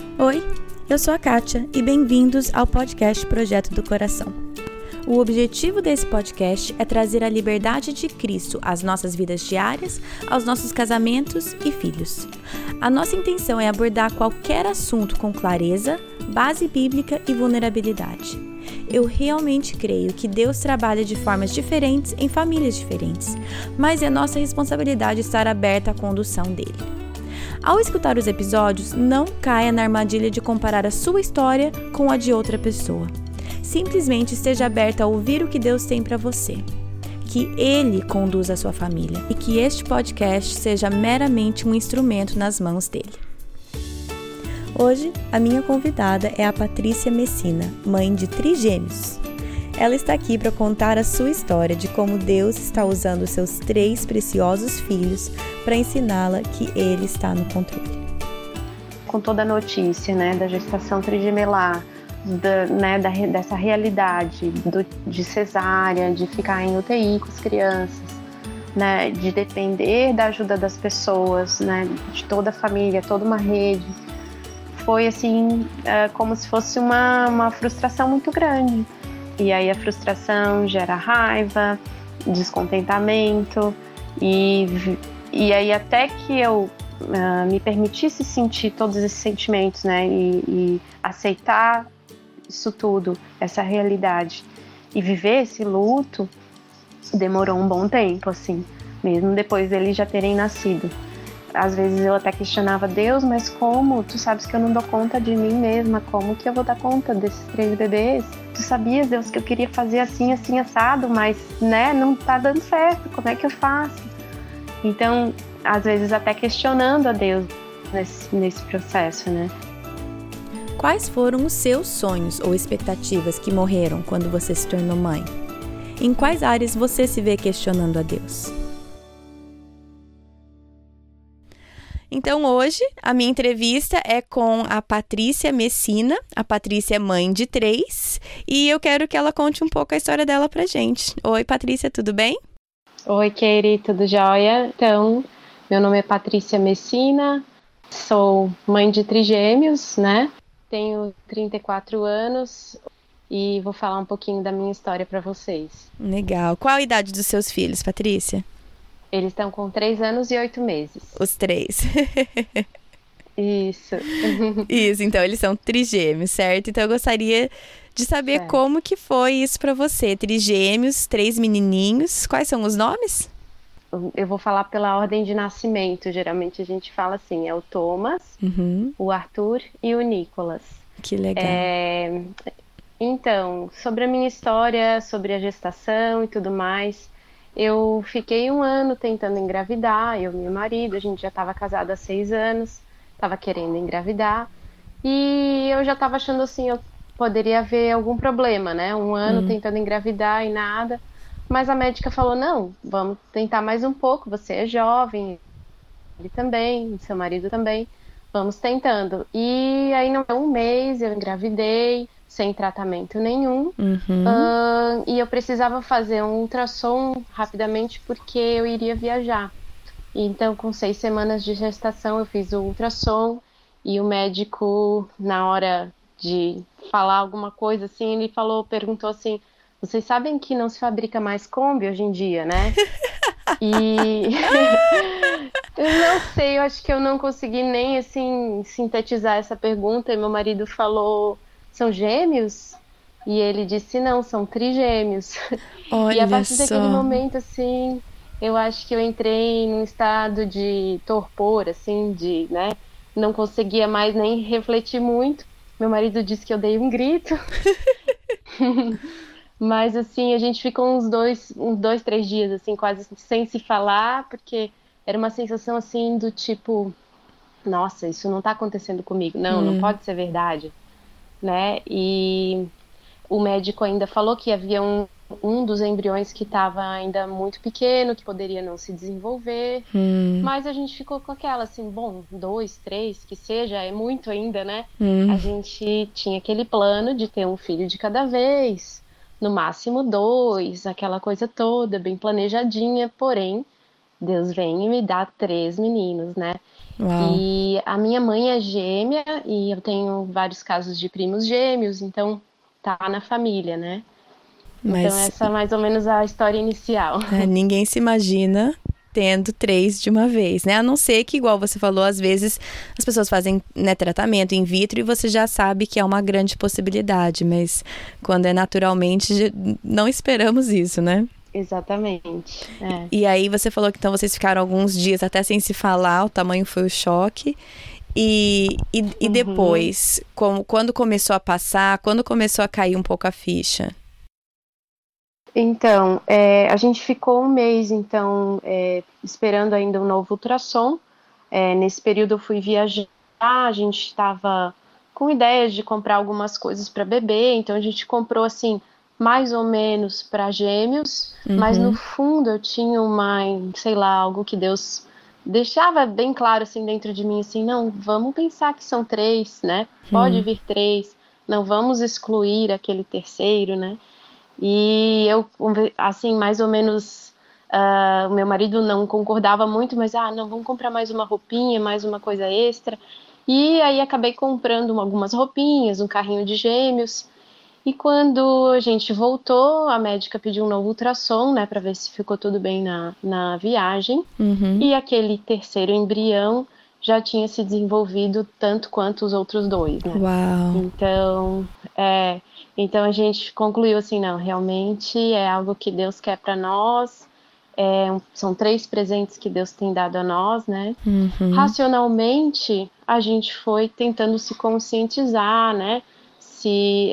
Oi, eu sou a Kátia e bem-vindos ao podcast Projeto do Coração. O objetivo desse podcast é trazer a liberdade de Cristo às nossas vidas diárias, aos nossos casamentos e filhos. A nossa intenção é abordar qualquer assunto com clareza, base bíblica e vulnerabilidade. Eu realmente creio que Deus trabalha de formas diferentes em famílias diferentes, mas é nossa responsabilidade estar aberta à condução dele. Ao escutar os episódios, não caia na armadilha de comparar a sua história com a de outra pessoa. Simplesmente esteja aberta a ouvir o que Deus tem para você. Que Ele conduza a sua família e que este podcast seja meramente um instrumento nas mãos dele. Hoje, a minha convidada é a Patrícia Messina, mãe de trigêmeos. Ela está aqui para contar a sua história de como Deus está usando seus 3 preciosos filhos para ensiná-la que Ele está no controle. Com toda a notícia, da gestação trigemelar, dessa realidade de cesárea, de ficar em UTI com as crianças, de depender da ajuda das pessoas, de toda a família, toda uma rede, foi assim, como se fosse uma frustração muito grande. E aí a frustração gera raiva, descontentamento, e aí até que eu me permitisse sentir todos esses sentimentos, e aceitar isso tudo, essa realidade, e viver esse luto, demorou um bom tempo, assim, mesmo depois deles já terem nascido. Às vezes eu até questionava Deus, mas como? Tu sabes que eu não dou conta de mim mesma, como que eu vou dar conta desses 3 bebês? Tu sabias, Deus, que eu queria fazer assim, assim, assado, mas, não tá dando certo, como é que eu faço? Então, às vezes até questionando a Deus nesse processo, Quais foram os seus sonhos ou expectativas que morreram quando você se tornou mãe? Em quais áreas você se vê questionando a Deus? Então hoje a minha entrevista é com a Patrícia Messina. A Patrícia é mãe de 3 e eu quero que ela conte um pouco a história dela pra gente. Oi, Patrícia, tudo bem? Oi, Katie, tudo jóia? Então, meu nome é Patrícia Messina, sou mãe de trigêmeos, Tenho 34 anos e vou falar um pouquinho da minha história para vocês. Legal. Qual a idade dos seus filhos, Patrícia? Eles estão com 3 anos e 8 meses. Os 3. Isso. Isso, então eles são trigêmeos, certo? Então eu gostaria de saber como que foi isso para você. Trigêmeos, 3 menininhos. Quais são os nomes? Eu vou falar pela ordem de nascimento. Geralmente a gente fala assim, é o Thomas, o Arthur e o Nicolas. Que legal. Então, sobre a minha história, sobre a gestação e tudo mais, eu fiquei 1 ano tentando engravidar, eu e meu marido, a gente já estava casado há 6 anos, estava querendo engravidar, e eu já estava achando assim, eu poderia haver algum problema, 1 ano tentando engravidar e nada, mas a médica falou, não, vamos tentar mais um pouco, você é jovem, ele também, seu marido também, vamos tentando. E aí não deu 1 mês, eu engravidei, sem tratamento nenhum, e eu precisava fazer um ultrassom rapidamente porque eu iria viajar. Então, com 6 semanas de gestação, eu fiz o ultrassom e o médico, na hora de falar alguma coisa assim, ele perguntou assim, vocês sabem que não se fabrica mais Kombi hoje em dia, E eu não sei, eu acho que eu não consegui nem assim sintetizar essa pergunta, e meu marido falou, são gêmeos? E ele disse, não, são trigêmeos. Olha e a partir só. daquele momento, assim, eu acho que eu entrei num estado de torpor, assim, de, não conseguia mais nem refletir muito. Meu marido disse que eu dei um grito. Mas, assim, a gente ficou uns 2, 3 dias, assim, quase sem se falar, porque era uma sensação, assim, do tipo, nossa, isso não tá acontecendo comigo. Não pode ser verdade. E o médico ainda falou que havia um dos embriões que estava ainda muito pequeno, que poderia não se desenvolver, mas a gente ficou com aquela assim, bom, 2, 3, que seja, é muito ainda, A gente tinha aquele plano de ter um filho de cada vez, no máximo 2, aquela coisa toda, bem planejadinha, porém, Deus vem e me dá 3 meninos, Uau. E a minha mãe é gêmea e eu tenho vários casos de primos gêmeos, então tá na família, né? Então Mas essa é mais ou menos a história inicial. ninguém se imagina tendo 3 de uma vez, né? A não ser que, igual você falou, às vezes as pessoas fazem, né, tratamento in vitro e você já sabe que é uma grande possibilidade, mas quando é naturalmente, não esperamos isso, né? Exatamente. É. E aí você falou que então vocês ficaram alguns dias até sem se falar, o tamanho foi o choque. E depois, quando começou a passar, quando começou a cair um pouco a ficha? Então, a gente ficou um mês, então, esperando ainda um novo ultrassom. Nesse período eu fui viajar, a gente estava com ideias de comprar algumas coisas para bebê, então a gente comprou, assim, mais ou menos para gêmeos, mas no fundo eu tinha sei lá, algo que Deus deixava bem claro, assim, dentro de mim, assim, não, vamos pensar que são 3, né? Pode vir 3, não vamos excluir aquele terceiro, né? E eu, assim, mais ou menos, o meu marido não concordava muito, mas, não, vamos comprar mais uma roupinha, mais uma coisa extra. E aí acabei comprando algumas roupinhas, um carrinho de gêmeos. E quando a gente voltou, a médica pediu um novo ultrassom, né, para ver se ficou tudo bem na viagem. E aquele terceiro embrião já tinha se desenvolvido tanto quanto os outros 2, né? Uau! Então a gente concluiu assim, não, realmente é algo que Deus quer para nós, são 3 presentes que Deus tem dado a nós, né? Racionalmente, a gente foi tentando se conscientizar, né? Se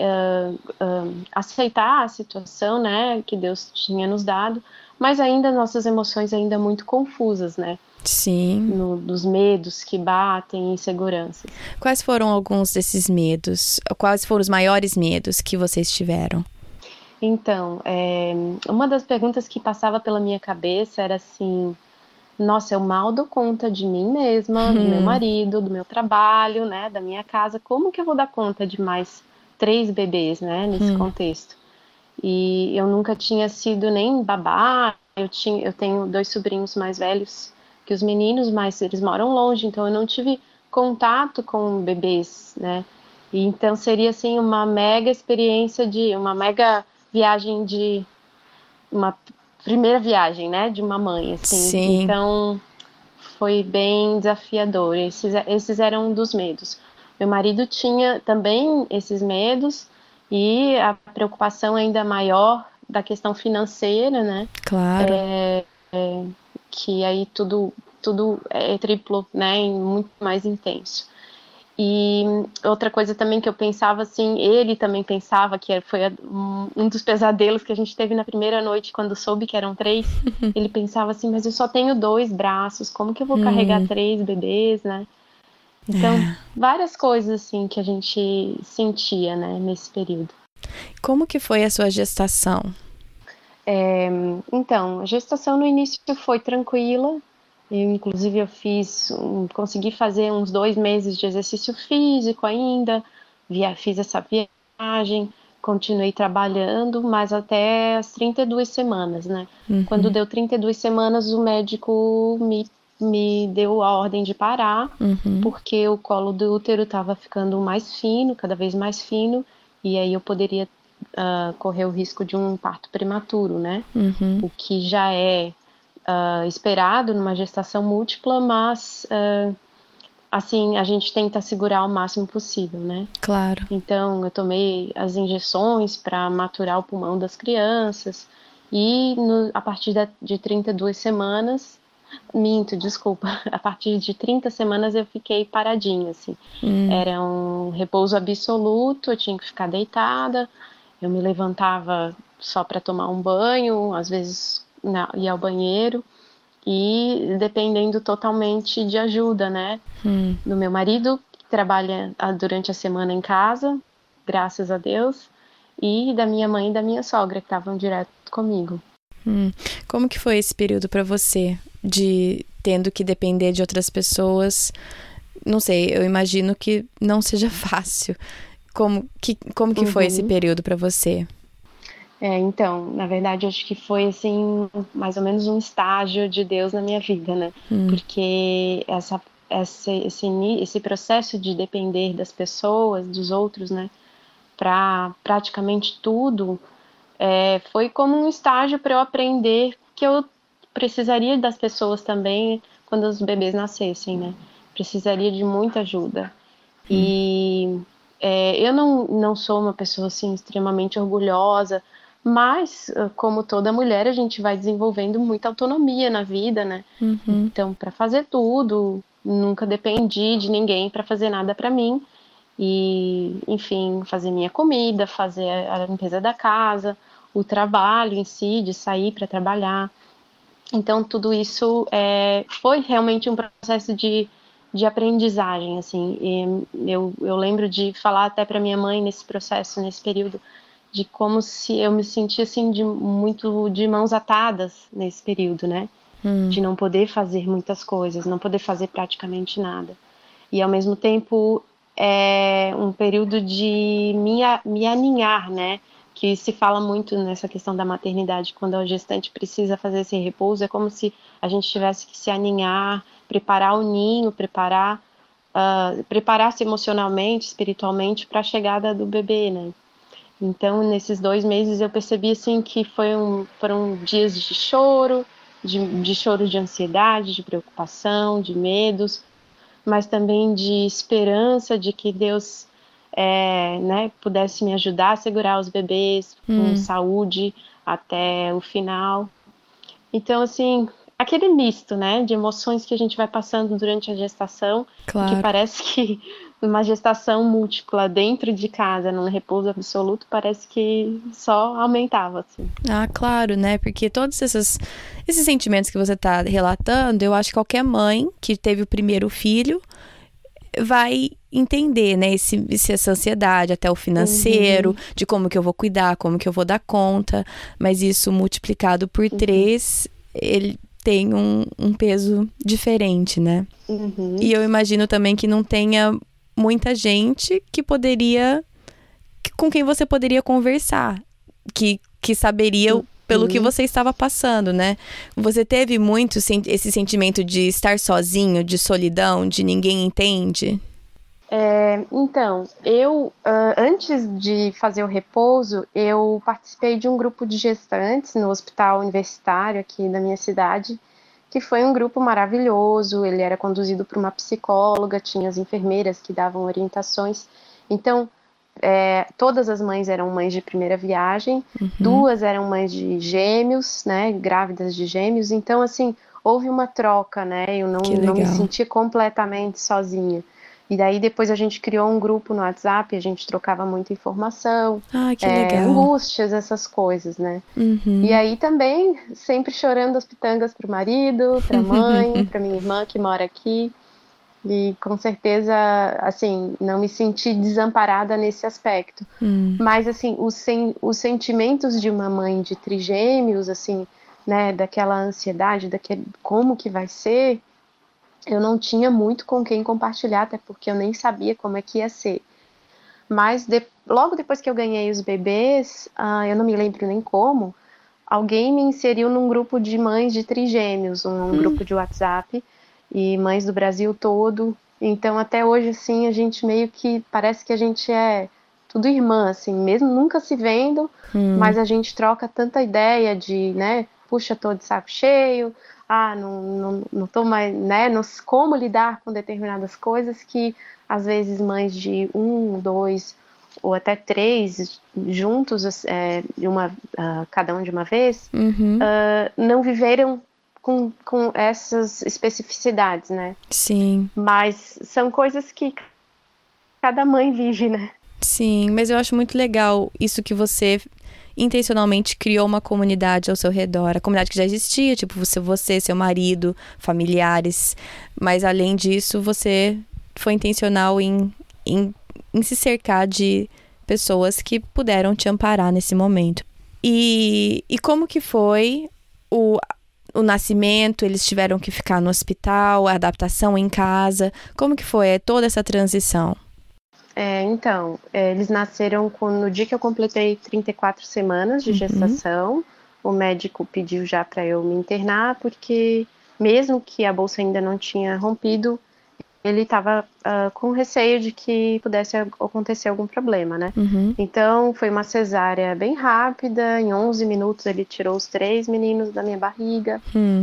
aceitar a situação, né, que Deus tinha nos dado, mas ainda nossas emoções ainda muito confusas, né? Sim. Dos medos que batem, inseguranças. Quais foram alguns desses medos? Quais foram os maiores medos que vocês tiveram? Então, uma das perguntas que passava pela minha cabeça era assim, nossa, eu mal dou conta de mim mesma, do meu marido, do meu trabalho, né, da minha casa, como que eu vou dar conta de mais 3 bebês, né, nesse contexto? E eu nunca tinha sido nem babá, eu tenho 2 sobrinhos mais velhos que os meninos, mas eles moram longe, então eu não tive contato com bebês, né? E então seria assim uma mega experiência uma mega viagem uma primeira viagem, né, de uma mãe, assim. Sim. Então foi bem desafiador. Esses eram um dos medos. Meu marido tinha também esses medos e a preocupação ainda maior da questão financeira, né? Claro. Que aí tudo é triplo, né, e muito mais intenso. E outra coisa também que eu pensava assim, ele também pensava que foi um dos pesadelos que a gente teve na primeira noite, quando soube que eram 3, ele pensava assim, mas eu só tenho 2 braços, como que eu vou carregar 3 bebês, né? Então, várias coisas assim que a gente sentia, né, nesse período. Como que foi a sua gestação? Então, a gestação no início foi tranquila. Inclusive, consegui fazer uns 2 meses de exercício físico ainda. Fiz essa viagem, continuei trabalhando, mas até as 32 semanas, né? Quando deu 32 semanas, o médico me deu a ordem de parar, porque o colo do útero estava ficando mais fino, cada vez mais fino, e aí eu poderia correr o risco de um parto prematuro, né? O que já é esperado numa gestação múltipla, mas assim, a gente tenta segurar o máximo possível, né? Claro. Então, eu tomei as injeções para maturar o pulmão das crianças e a partir de 32 semanas, desculpa, a partir de 30 semanas eu fiquei paradinha, assim. Era um repouso absoluto, eu tinha que ficar deitada, eu me levantava só para tomar um banho, às vezes ir ao banheiro, e dependendo totalmente de ajuda, né? Do meu marido, que trabalha durante a semana em casa, graças a Deus, e da minha mãe e da minha sogra, que estavam direto comigo. Como que foi esse período para você, de tendo que depender de outras pessoas? Não sei, eu imagino que não seja fácil. Como que foi esse período para você? Então, na verdade, acho que foi, assim, mais ou menos um estágio de Deus na minha vida, né? Porque esse processo de depender das pessoas, dos outros, né, para praticamente tudo, foi como um estágio para eu aprender que eu precisaria das pessoas também quando os bebês nascessem, né? Precisaria de muita ajuda. E eu não sou uma pessoa assim extremamente orgulhosa, mas como toda mulher a gente vai desenvolvendo muita autonomia na vida, né? Então, para fazer tudo, nunca dependi de ninguém para fazer nada para mim. E, enfim, fazer minha comida, fazer a limpeza da casa, o trabalho em si, de sair para trabalhar. Então, tudo isso foi realmente um processo de aprendizagem, assim. E eu lembro de falar até para minha mãe nesse processo, nesse período, de como se eu me sentia, assim, muito de mãos atadas nesse período, né? De não poder fazer muitas coisas, não poder fazer praticamente nada. E, ao mesmo tempo, é um período de me aninhar, né? Que se fala muito nessa questão da maternidade, quando a gestante precisa fazer esse repouso, é como se a gente tivesse que se aninhar, preparar o ninho, preparar-se emocionalmente, espiritualmente para a chegada do bebê, né? Então, nesses 2 meses eu percebi assim que foram dias de choro, de choro de ansiedade, de preocupação, de medos, mas também de esperança de que Deus né, pudesse me ajudar a segurar os bebês com saúde até o final. Então, assim, aquele misto, né, de emoções que a gente vai passando durante a gestação, Claro. que parece que uma gestação múltipla dentro de casa, num repouso absoluto, parece que só aumentava, assim. Ah, claro, né? Porque todos esses sentimentos que você tá relatando, eu acho que qualquer mãe que teve o primeiro filho vai entender, né? Essa ansiedade, até o financeiro, de como que eu vou cuidar, como que eu vou dar conta. Mas isso multiplicado por 3, ele tem um peso diferente, né? E eu imagino também que não tenha muita gente que poderia... com quem você poderia conversar. Que saberia pelo que você estava passando, né? Você teve muito esse sentimento de estar sozinho, de solidão, de ninguém entende? Então, eu, antes de fazer o repouso, eu participei de um grupo de gestantes no hospital universitário aqui da minha cidade, que foi um grupo maravilhoso. Ele era conduzido por uma psicóloga, tinha as enfermeiras que davam orientações. Então, todas as mães eram mães de primeira viagem, 2 eram mães de gêmeos, né, grávidas de gêmeos. Então, assim, houve uma troca, né, eu não me senti completamente sozinha. E daí depois a gente criou um grupo no WhatsApp, a gente trocava muita informação, Que legal. angústias, essas coisas, né. E aí também, sempre chorando as pitangas pro marido, pra mãe, pra minha irmã que mora aqui. E com certeza, assim, não me senti desamparada nesse aspecto. Mas, assim, os sentimentos de uma mãe de trigêmeos, assim, né, daquela ansiedade, como que vai ser, eu não tinha muito com quem compartilhar, até porque eu nem sabia como é que ia ser. Mas logo depois que eu ganhei os bebês, eu não me lembro nem como, alguém me inseriu num grupo de mães de trigêmeos, um grupo de WhatsApp, e mães do Brasil todo. Então, até hoje, assim, a gente meio que parece que a gente é tudo irmã, assim, mesmo nunca se vendo, mas a gente troca tanta ideia de, né, puxa, tô de saco cheio, não tô mais, né, como lidar com determinadas coisas, que às vezes mães de 1, 2 ou até 3 juntos, cada um de uma vez, não viveram com essas especificidades, né? Sim. Mas são coisas que cada mãe vive, né? Sim, mas eu acho muito legal isso que você intencionalmente criou uma comunidade ao seu redor. A comunidade que já existia, tipo você, seu marido, familiares. Mas além disso, você foi intencional em se cercar de pessoas que puderam te amparar nesse momento. E como que foi o nascimento? Eles tiveram que ficar no hospital, a adaptação em casa. Como que foi toda essa transição? Então, eles nasceram no dia que eu completei 34 semanas de gestação. O médico pediu já para eu me internar, porque mesmo que a bolsa ainda não tinha rompido, ele estava com receio de que pudesse acontecer algum problema, né? Uhum. Então, foi uma cesárea bem rápida, em 11 minutos ele tirou os 3 meninos da minha barriga.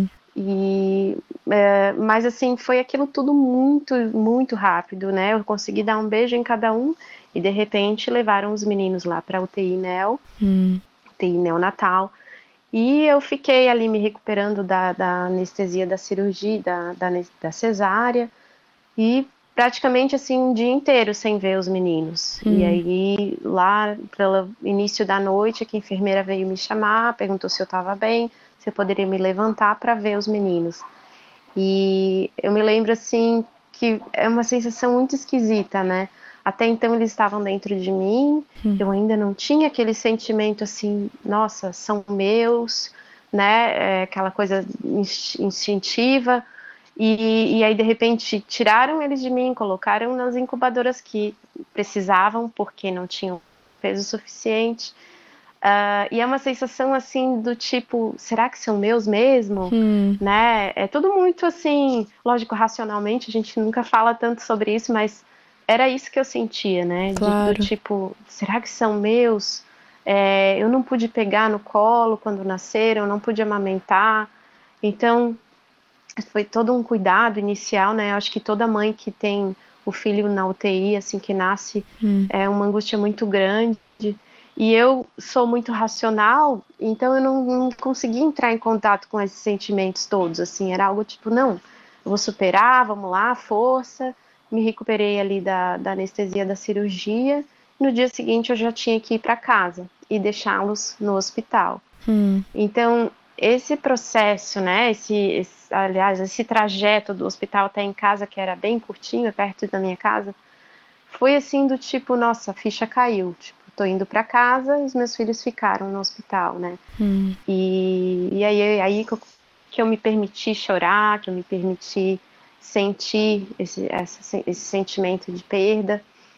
Mas assim, foi aquilo tudo muito, muito rápido, né? Eu consegui dar um beijo em cada um e de repente levaram os meninos lá para UTI UTI neonatal. E eu fiquei ali me recuperando da anestesia da cirurgia, da cesárea, e praticamente assim um dia inteiro sem ver os meninos. E aí, lá pelo início da noite, que a enfermeira veio me chamar, perguntou se eu estava bem, se eu poderia me levantar para ver os meninos. E eu me lembro assim que é uma sensação muito esquisita, né? Até então eles estavam dentro de mim, eu ainda não tinha aquele sentimento assim, nossa, são meus, né? Aquela coisa instintiva. E aí, de repente, tiraram eles de mim, colocaram nas incubadoras que precisavam, porque não tinham peso suficiente. E é uma sensação assim do tipo, será que são meus mesmo? Né? É tudo muito assim, lógico, racionalmente, a gente nunca fala tanto sobre isso, mas era isso que eu sentia, né? Claro. Do tipo, será que são meus? Eu não pude pegar no colo quando nasceram, não pude amamentar. Então, foi todo um cuidado inicial, né? Eu acho que toda mãe que tem o filho na UTI, assim que nasce, é uma angústia muito grande. E eu sou muito racional, então eu não consegui entrar em contato com esses sentimentos todos, assim, era algo tipo, não, eu vou superar, vamos lá, força. Me recuperei ali da anestesia da cirurgia. No dia seguinte eu já tinha que ir para casa e deixá-los no hospital. Então, esse processo, né, aliás, esse trajeto do hospital até em casa, que era bem curtinho, perto da minha casa, foi assim do tipo, nossa, a ficha caiu, tipo, tô indo para casa e os meus filhos ficaram no hospital, né? E aí que eu me permiti chorar, que eu me permiti sentir esse sentimento de perda.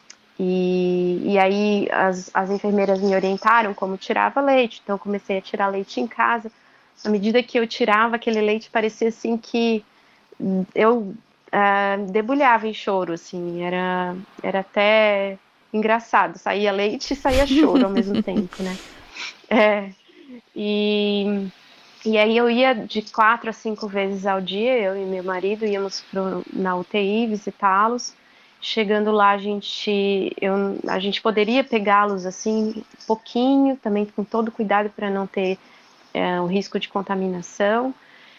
E aí as enfermeiras me orientaram como tirava leite, então eu comecei a tirar leite em casa. À medida que eu tirava aquele leite, parecia assim que eu debulhava em choro, assim, era até engraçado, saía leite e saía choro ao mesmo tempo, né? E aí eu ia de 4 a 5 vezes ao dia, eu e meu marido íamos na UTI visitá-los. Chegando lá, a gente poderia pegá-los assim, pouquinho, também com todo cuidado para não ter um risco de contaminação.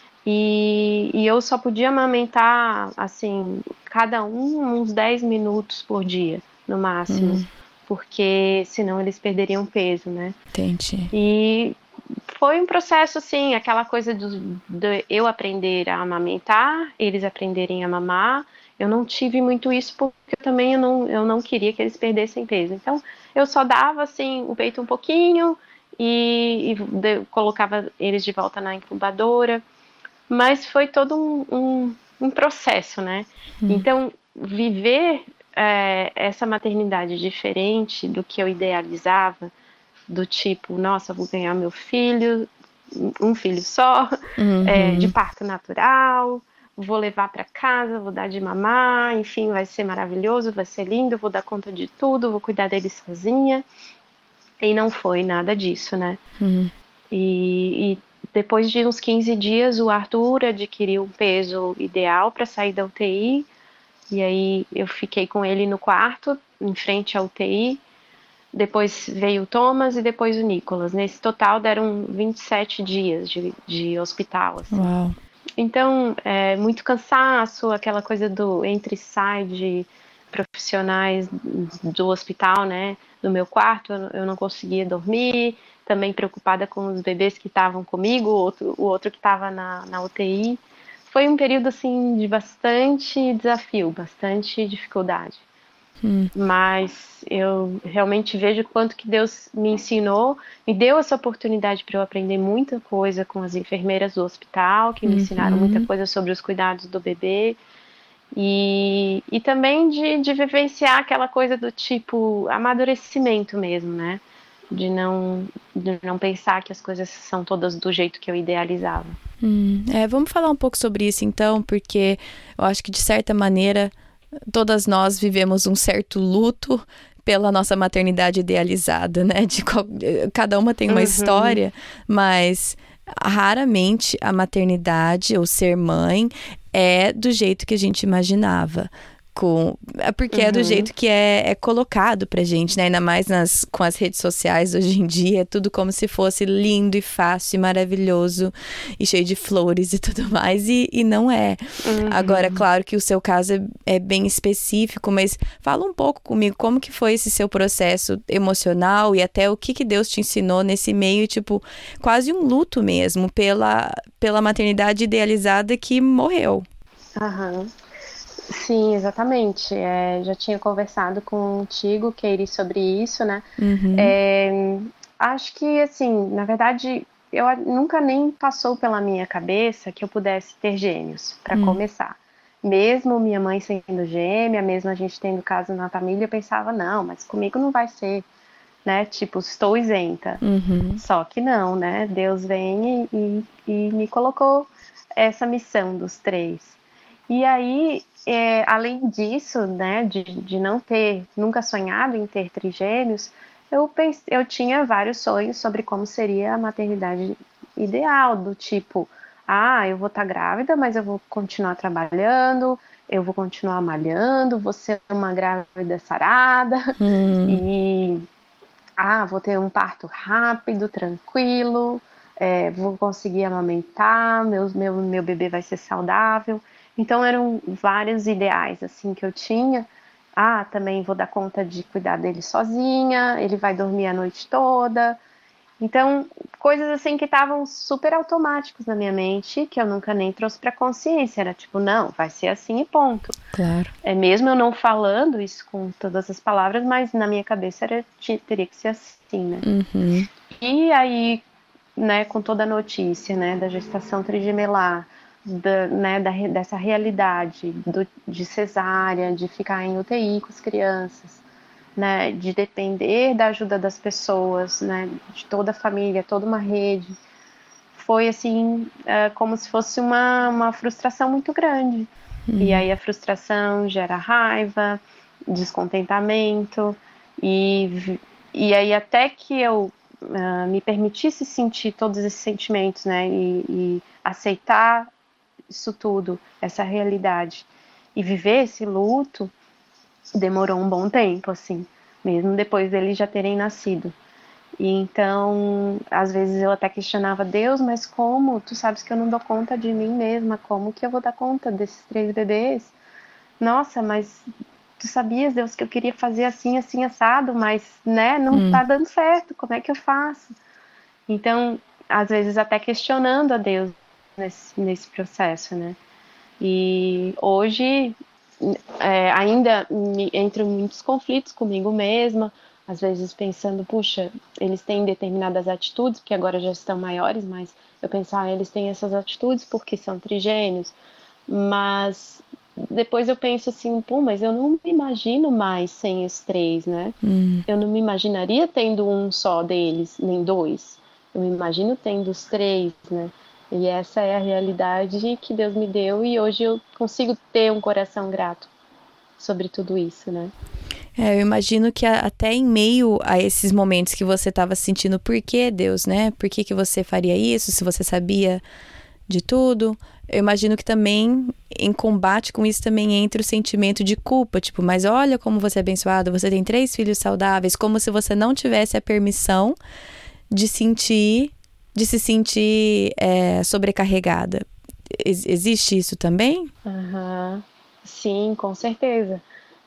E eu só podia amamentar, assim, cada uns 10 minutos por dia, no máximo, porque senão eles perderiam peso, né? Entendi. E foi um processo, assim, aquela coisa de eu aprender a amamentar, eles aprenderem a mamar. Eu não tive muito isso porque também eu não queria que eles perdessem peso. Então, eu só dava, assim, o peito um pouquinho e colocava eles de volta na incubadora. Mas foi todo um processo, né? Então, viver essa maternidade diferente do que eu idealizava, do tipo, nossa, vou ganhar meu filho, um filho só, de parto natural, vou levar para casa, vou dar de mamar, enfim, vai ser maravilhoso, vai ser lindo, vou dar conta de tudo, vou cuidar dele sozinha. E não foi nada disso, né? E depois de uns 15 dias, o Arthur adquiriu um peso ideal para sair da UTI. E aí eu fiquei com ele no quarto, em frente à UTI. Depois veio o Thomas e depois o Nicolas. Nesse total deram 27 dias de hospital, assim. Uau. Então, muito cansaço, aquela coisa do entra e sai de profissionais do hospital, né? No meu quarto, eu não conseguia dormir, também preocupada com os bebês que estavam comigo, o outro que estava na UTI. Foi um período, assim, de bastante desafio, bastante dificuldade. Mas eu realmente vejo quanto que Deus me ensinou, me deu essa oportunidade para eu aprender muita coisa com as enfermeiras do hospital, que me ensinaram muita coisa sobre os cuidados do bebê. E também de vivenciar aquela coisa do tipo amadurecimento mesmo, né? De não pensar que as coisas são todas do jeito que eu idealizava. Vamos falar um pouco sobre isso então, porque eu acho que de certa maneira todas nós vivemos um certo luto pela nossa maternidade idealizada, né? Cada uma tem uma história, mas raramente a maternidade ou ser mãe é do jeito que a gente imaginava. Porque é do jeito que é colocado pra gente, né? Ainda mais com as redes sociais hoje em dia, é tudo como se fosse lindo e fácil e maravilhoso e cheio de flores e tudo mais, e não é. Agora, claro que o seu caso é bem específico, mas fala um pouco comigo, como que foi esse seu processo emocional e até o que Deus te ensinou nesse meio, tipo, quase um luto mesmo pela maternidade idealizada que morreu. Sim, exatamente. Já tinha conversado contigo, Keiri, sobre isso, né? Acho que, assim, na verdade, eu nunca nem passou pela minha cabeça que eu pudesse ter gêmeos, para começar. Mesmo minha mãe sendo gêmea, mesmo a gente tendo caso na família, eu pensava, não, mas comigo não vai ser, né? Tipo, estou isenta. Só que não, né? Deus vem e me colocou essa missão dos 3. E aí, além disso, né, de não ter nunca sonhado em ter trigêmeos, eu tinha vários sonhos sobre como seria a maternidade ideal, do tipo, eu vou estar grávida, mas eu vou continuar trabalhando, eu vou continuar malhando, vou ser uma grávida sarada, e vou ter um parto rápido, tranquilo, vou conseguir amamentar, meu bebê vai ser saudável. Então eram vários ideais assim que eu tinha. Também vou dar conta de cuidar dele sozinha, ele vai dormir a noite toda. Então, coisas assim que estavam super automáticos na minha mente, que eu nunca nem trouxe para consciência. Era tipo, não, vai ser assim e ponto. Claro. Mesmo eu não falando isso com todas as palavras, mas na minha cabeça teria que ser assim, né? E aí, né, com toda a notícia, né, da gestação trigemelar, dessa realidade de cesárea, de ficar em UTI com as crianças, né, de depender da ajuda das pessoas, né, de toda a família, toda uma rede, foi assim, como se fosse uma frustração muito grande. E aí a frustração gera raiva, descontentamento, e aí até que eu me permitisse sentir todos esses sentimentos, né, e aceitar isso tudo, essa realidade, e viver esse luto, demorou um bom tempo, assim, mesmo depois deles já terem nascido. E então, às vezes eu até questionava, Deus, mas como? Tu sabes que eu não dou conta de mim mesma, como que eu vou dar conta desses 3 bebês? Nossa, mas tu sabias, Deus, que eu queria fazer assim, assim, assado, mas, né, não tá dando certo, como é que eu faço? Então, às vezes até questionando a Deus nesse processo, né? E hoje ainda entro em muitos conflitos comigo mesma, às vezes pensando, puxa, eles têm determinadas atitudes, porque agora já estão maiores, mas eu penso, eles têm essas atitudes porque são trigêmeos, mas depois eu penso assim, mas eu não me imagino mais sem os 3, né? Eu não me imaginaria tendo um só deles, nem 2. Eu me imagino tendo os 3, né? E essa é a realidade que Deus me deu e hoje eu consigo ter um coração grato sobre tudo isso, né? Eu imagino que até em meio a esses momentos que você estava sentindo, por que Deus, né? Por que você faria isso, se você sabia de tudo? Eu imagino que também, em combate com isso, também entra o sentimento de culpa. Tipo, mas olha como você é abençoado, você tem 3 filhos saudáveis, como se você não tivesse a permissão de se sentir sobrecarregada. Existe isso também? Sim, com certeza.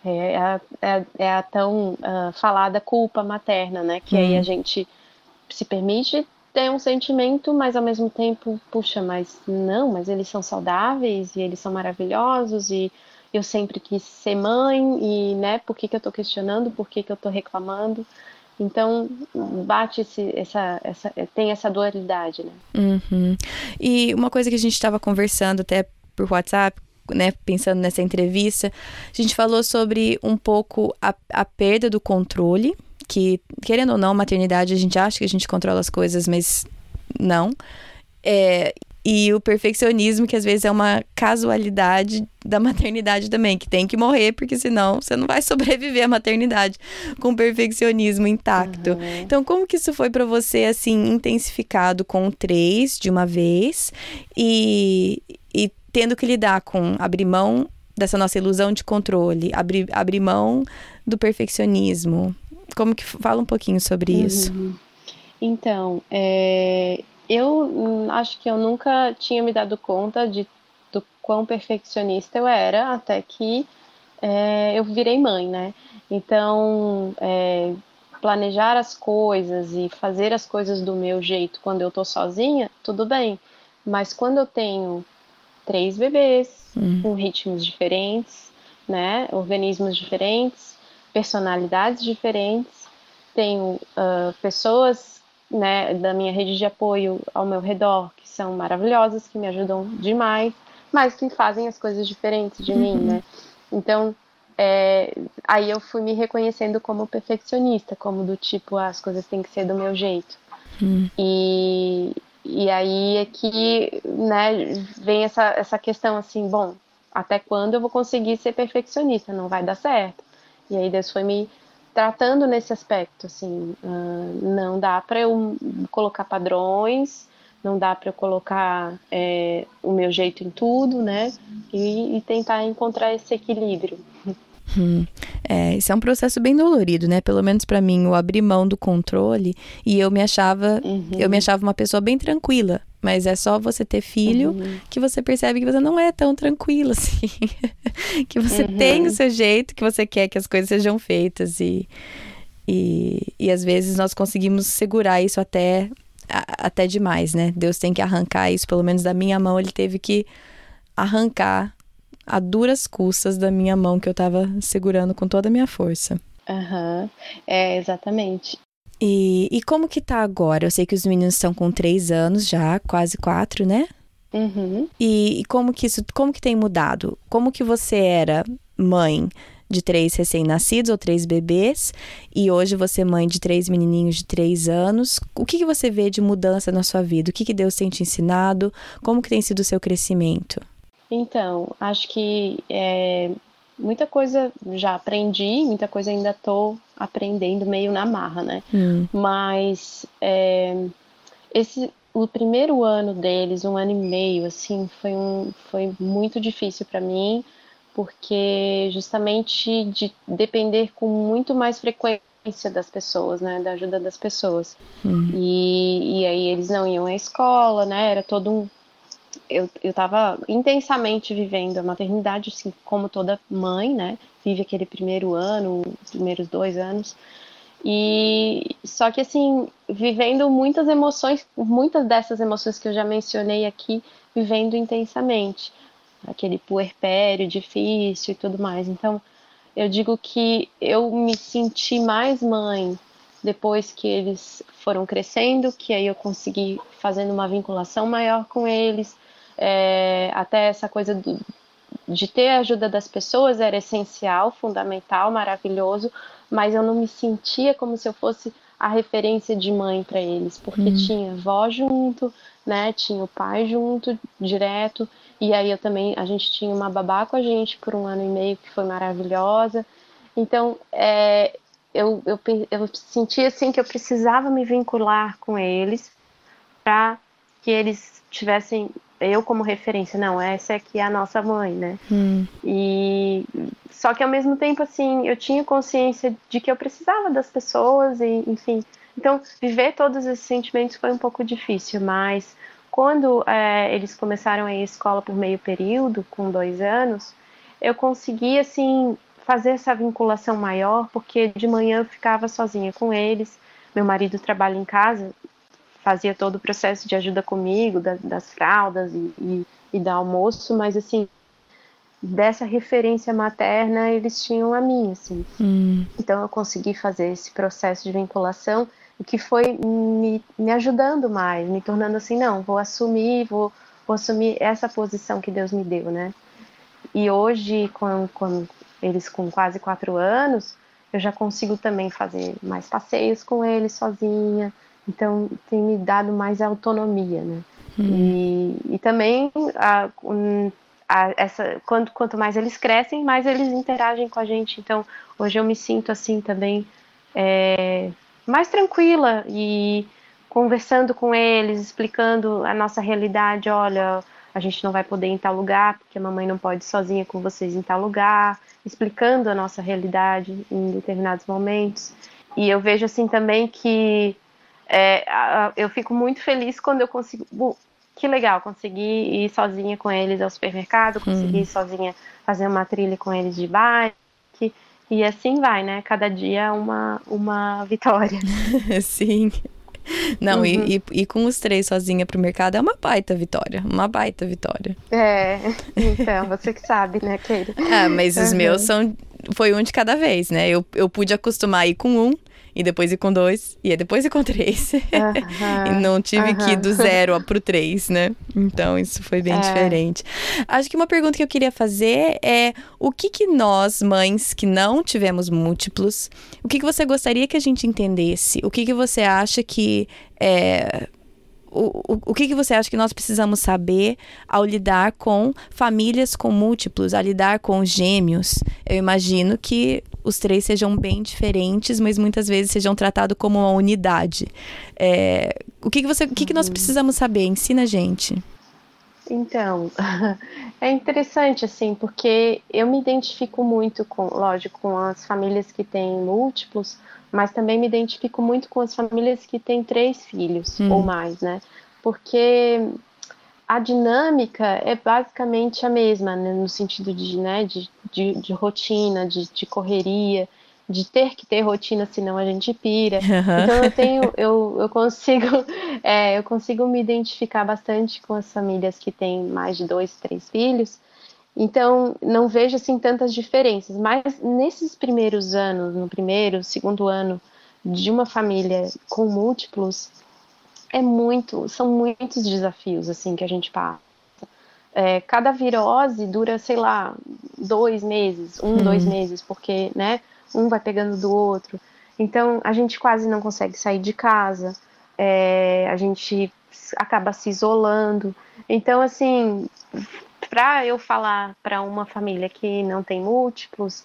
É a tão falada culpa materna, né? Que aí a gente se permite ter um sentimento, mas ao mesmo tempo, puxa, mas eles são saudáveis e eles são maravilhosos e eu sempre quis ser mãe e, né, por que eu tô questionando, por que eu tô reclamando? Então, bate tem essa dualidade, né? E uma coisa que a gente estava conversando até por WhatsApp, né, pensando nessa entrevista, a gente falou sobre um pouco a perda do controle, que, querendo ou não, maternidade, a gente acha que a gente controla as coisas, mas não. E o perfeccionismo, que às vezes é uma casualidade da maternidade também, que tem que morrer, porque senão você não vai sobreviver à maternidade com o perfeccionismo intacto. Então, como que isso foi pra você, assim, intensificado com 3 de uma vez e tendo que lidar com abrir mão dessa nossa ilusão de controle, abrir mão do perfeccionismo? Como que fala um pouquinho sobre isso? Então, eu acho que eu nunca tinha me dado conta do quão perfeccionista eu era, até que eu virei mãe, né? Então, planejar as coisas e fazer as coisas do meu jeito quando eu tô sozinha, tudo bem. Mas quando eu tenho 3 bebês, com ritmos diferentes, né? Organismos diferentes, personalidades diferentes, tenho pessoas, né, da minha rede de apoio ao meu redor que são maravilhosas, que me ajudam demais, mas que fazem as coisas diferentes de mim, né? Então, aí eu fui me reconhecendo como perfeccionista, como do tipo, as coisas têm que ser do meu jeito. E aí é que, né, vem essa questão assim, bom, até quando eu vou conseguir ser perfeccionista? Não vai dar certo. E aí Deus foi me tratando nesse aspecto, assim, não dá para eu colocar padrões, não dá para eu colocar o meu jeito em tudo, né? E tentar encontrar esse equilíbrio. Isso é um processo bem dolorido, né? Pelo menos pra mim, eu abri mão do controle e eu me achava uma pessoa bem tranquila. Mas é só você ter filho que você percebe que você não é tão tranquila assim. Que você tem o seu jeito, que você quer que as coisas sejam feitas. E às vezes nós conseguimos segurar isso até demais, né? Deus tem que arrancar isso, pelo menos da minha mão, ele teve que arrancar a duras custas da minha mão que eu tava segurando com toda a minha força. Exatamente. E como que tá agora? Eu sei que os meninos estão com 3 anos já, quase 4, né? E como que tem mudado? Como que você era mãe de 3 recém-nascidos ou 3 bebês e hoje você é mãe de 3 menininhos de 3 anos? O que você vê de mudança na sua vida? O que Deus tem te ensinado? Como que tem sido o seu crescimento? Então, acho que muita coisa já aprendi, muita coisa ainda estou aprendendo meio na marra, né? Mas o primeiro ano deles, 1 ano e meio, assim, foi muito difícil para mim, porque justamente de depender com muito mais frequência das pessoas, né? Da ajuda das pessoas. E aí eles não iam à escola, né? Era todo um... Eu estava intensamente vivendo a maternidade, assim, como toda mãe, né? Vive aquele primeiro ano, primeiros 2 anos. E só que assim, vivendo muitas emoções, muitas dessas emoções que eu já mencionei aqui, vivendo intensamente. Aquele puerpério difícil e tudo mais. Então, eu digo que eu me senti mais mãe depois que eles foram crescendo, que aí eu consegui fazendo uma vinculação maior com eles, até essa coisa de ter a ajuda das pessoas era essencial, fundamental, maravilhoso, mas eu não me sentia como se eu fosse a referência de mãe para eles, porque tinha vó junto, né, tinha o pai junto, direto, e aí a gente tinha uma babá com a gente por 1 ano e meio, que foi maravilhosa. Então, eu senti assim que eu precisava me vincular com eles para que eles tivessem eu como referência. Não, essa aqui é a nossa mãe, né? E só que ao mesmo tempo, assim, eu tinha consciência de que eu precisava das pessoas e, enfim. Então, viver todos esses sentimentos foi um pouco difícil, mas quando eles começaram a ir à escola por meio período, com 2 anos, eu consegui, assim, fazer essa vinculação maior, porque de manhã eu ficava sozinha com eles, meu marido trabalha em casa, fazia todo o processo de ajuda comigo, das fraldas e do almoço, mas assim, dessa referência materna eles tinham a mim, assim. Então eu consegui fazer esse processo de vinculação, o que foi me ajudando mais, me tornando assim, não, vou assumir essa posição que Deus me deu, né? E hoje, quando eles com quase 4 anos, eu já consigo também fazer mais passeios com eles sozinha. Então, tem me dado mais autonomia, né? E também quanto mais eles crescem, mais eles interagem com a gente. Então, hoje eu me sinto assim também, mais tranquila e conversando com eles, explicando a nossa realidade. Olha, a gente não vai poder ir em tal lugar, porque a mamãe não pode ir sozinha com vocês em tal lugar, explicando a nossa realidade em determinados momentos. E eu vejo assim também que eu fico muito feliz quando eu consigo. Que legal, consegui ir sozinha com eles ao supermercado, consegui ir sozinha fazer uma trilha com eles de bike, e assim vai, né? Cada dia uma vitória. Sim. Não, e com os 3 sozinha pro mercado é uma baita vitória. Então, você que sabe, né, Keira? Mas os meus foi um de cada vez, né? Eu pude acostumar a ir com um, e depois ir com 2, e depois ir com 3. E não tive que ir do 0 pro 3, né? Então, isso foi bem diferente. Acho que uma pergunta que eu queria fazer é: o que nós, mães que não tivemos múltiplos, o que você gostaria que a gente entendesse? O que você acha que o que você acha que nós precisamos saber ao lidar com famílias com múltiplos, a lidar com gêmeos? Eu imagino que os 3 sejam bem diferentes, mas muitas vezes sejam tratados como uma unidade. O que nós precisamos saber? Ensina a gente. Então, é interessante, assim, porque eu me identifico muito lógico, com as famílias que têm múltiplos, mas também me identifico muito com as famílias que têm 3 filhos ou mais, né? Porque a dinâmica é basicamente a mesma, né? No sentido de rotina, de correria, de ter que ter rotina, senão a gente pira. Então eu consigo me identificar bastante com as famílias que têm mais de 2, 3 filhos. Então, não vejo assim tantas diferenças, mas nesses primeiros anos, no primeiro, segundo ano de uma família com múltiplos, são muitos desafios assim que a gente passa. Cada virose dura, sei lá, 2 meses, 2 meses, porque, né, um vai pegando do outro. Então, a gente quase não consegue sair de casa, a gente acaba se isolando. Então, assim, para eu falar para uma família que não tem múltiplos,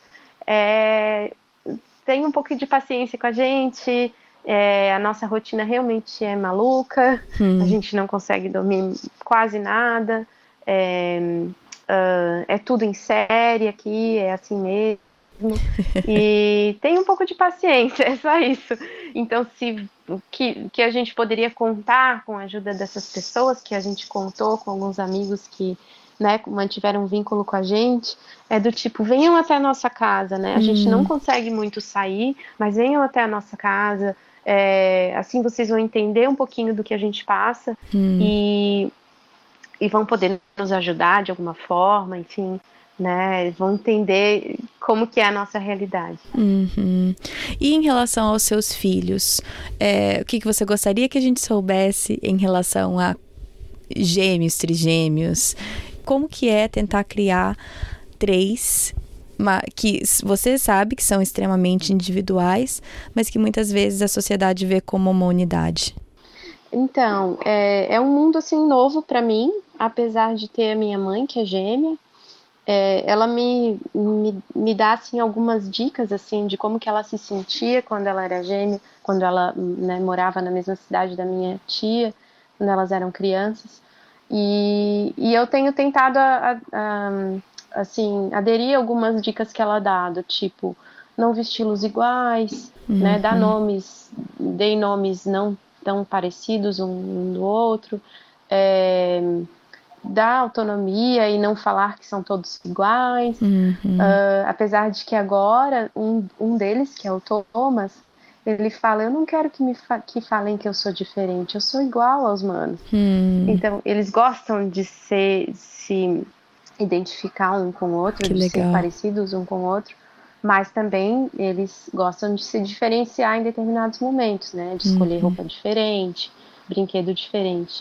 tem um pouco de paciência com a gente, a nossa rotina realmente é maluca, a gente não consegue dormir quase nada, é tudo em série aqui, é assim mesmo, e tem um pouco de paciência, é só isso. Então, que a gente poderia contar com a ajuda dessas pessoas, que a gente contou com alguns amigos que, né, mantiveram um vínculo com a gente, é do tipo, venham até a nossa casa, né? A gente não consegue muito sair, mas venham até a nossa casa, assim vocês vão entender um pouquinho do que a gente passa e vão poder nos ajudar de alguma forma, enfim, né? Vão entender como que é a nossa realidade. E em relação aos seus filhos, o que você gostaria que a gente soubesse em relação a gêmeos, trigêmeos? Como que é tentar criar 3 que você sabe que são extremamente individuais, mas que muitas vezes a sociedade vê como uma unidade? Então, é um mundo assim novo para mim, apesar de ter a minha mãe, que é gêmea. Ela me dá assim algumas dicas assim de como que ela se sentia quando ela era gêmea, quando ela, né, morava na mesma cidade da minha tia, quando elas eram crianças. E eu tenho tentado assim, aderir a algumas dicas que ela dá, do tipo, não vesti-los iguais, né, dei nomes não tão parecidos um do outro, dar autonomia e não falar que são todos iguais, apesar de que agora um deles, que é o Thomas, ele fala, eu não quero que falem que eu sou diferente, eu sou igual aos manos. Então, eles gostam de se identificar um com o outro, de ser parecidos um com o outro, mas também eles gostam de se diferenciar em determinados momentos, né? De escolher roupa diferente, brinquedo diferente.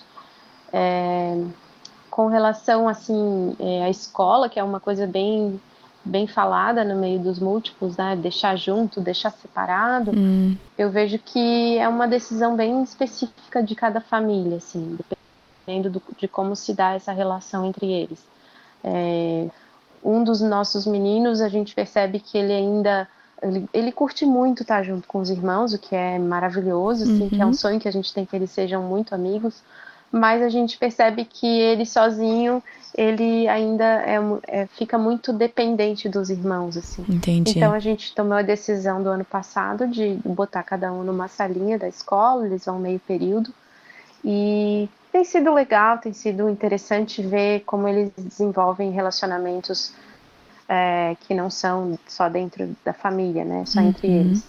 Com relação, assim, à escola, que é uma coisa bem falada no meio dos múltiplos, né? Deixar junto, deixar separado, eu vejo que é uma decisão bem específica de cada família, assim. de como se dá essa relação entre eles. Um dos nossos meninos, a gente percebe que ele ainda... Ele curte muito estar junto com os irmãos, o que é maravilhoso, assim, que é um sonho que a gente tem, que eles sejam muito amigos, mas a gente percebe que ele sozinho, ele ainda fica muito dependente dos irmãos, assim. Entendi. Então a gente tomou a decisão do ano passado de botar cada um numa salinha da escola, eles vão meio período, e tem sido legal, tem sido interessante ver como eles desenvolvem relacionamentos que não são só dentro da família, né? Só entre eles.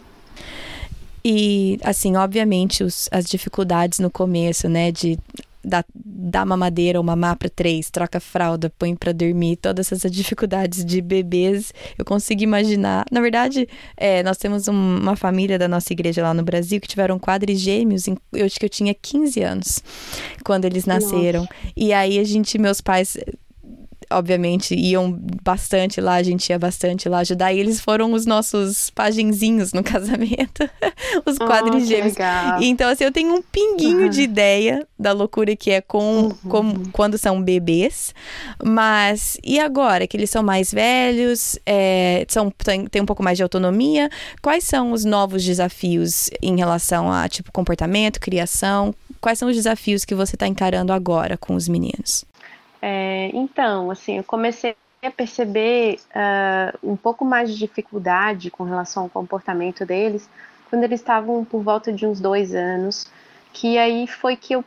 E, assim, obviamente, as dificuldades no começo, né? De dar mamadeira ou mamar para 3, troca a fralda, põe para dormir, todas essas dificuldades de bebês, eu consigo imaginar. Na verdade, nós temos uma família da nossa igreja lá no Brasil que tiveram quadrigêmeos, eu acho que eu tinha 15 anos quando eles nasceram. Nossa. E aí meus pais... obviamente, iam bastante lá, a gente ia bastante lá ajudar, e eles foram os nossos pagenzinhos no casamento, os quadrigêmeos. Então, assim, eu tenho um pinguinho de ideia da loucura que é quando são bebês, mas e agora, que eles são mais velhos, têm um pouco mais de autonomia, quais são os novos desafios em relação a, tipo, comportamento, criação? Quais são os desafios que você está encarando agora com os meninos? Então, assim, eu comecei a perceber um pouco mais de dificuldade com relação ao comportamento deles quando eles estavam por volta de uns 2 anos, que aí foi que eu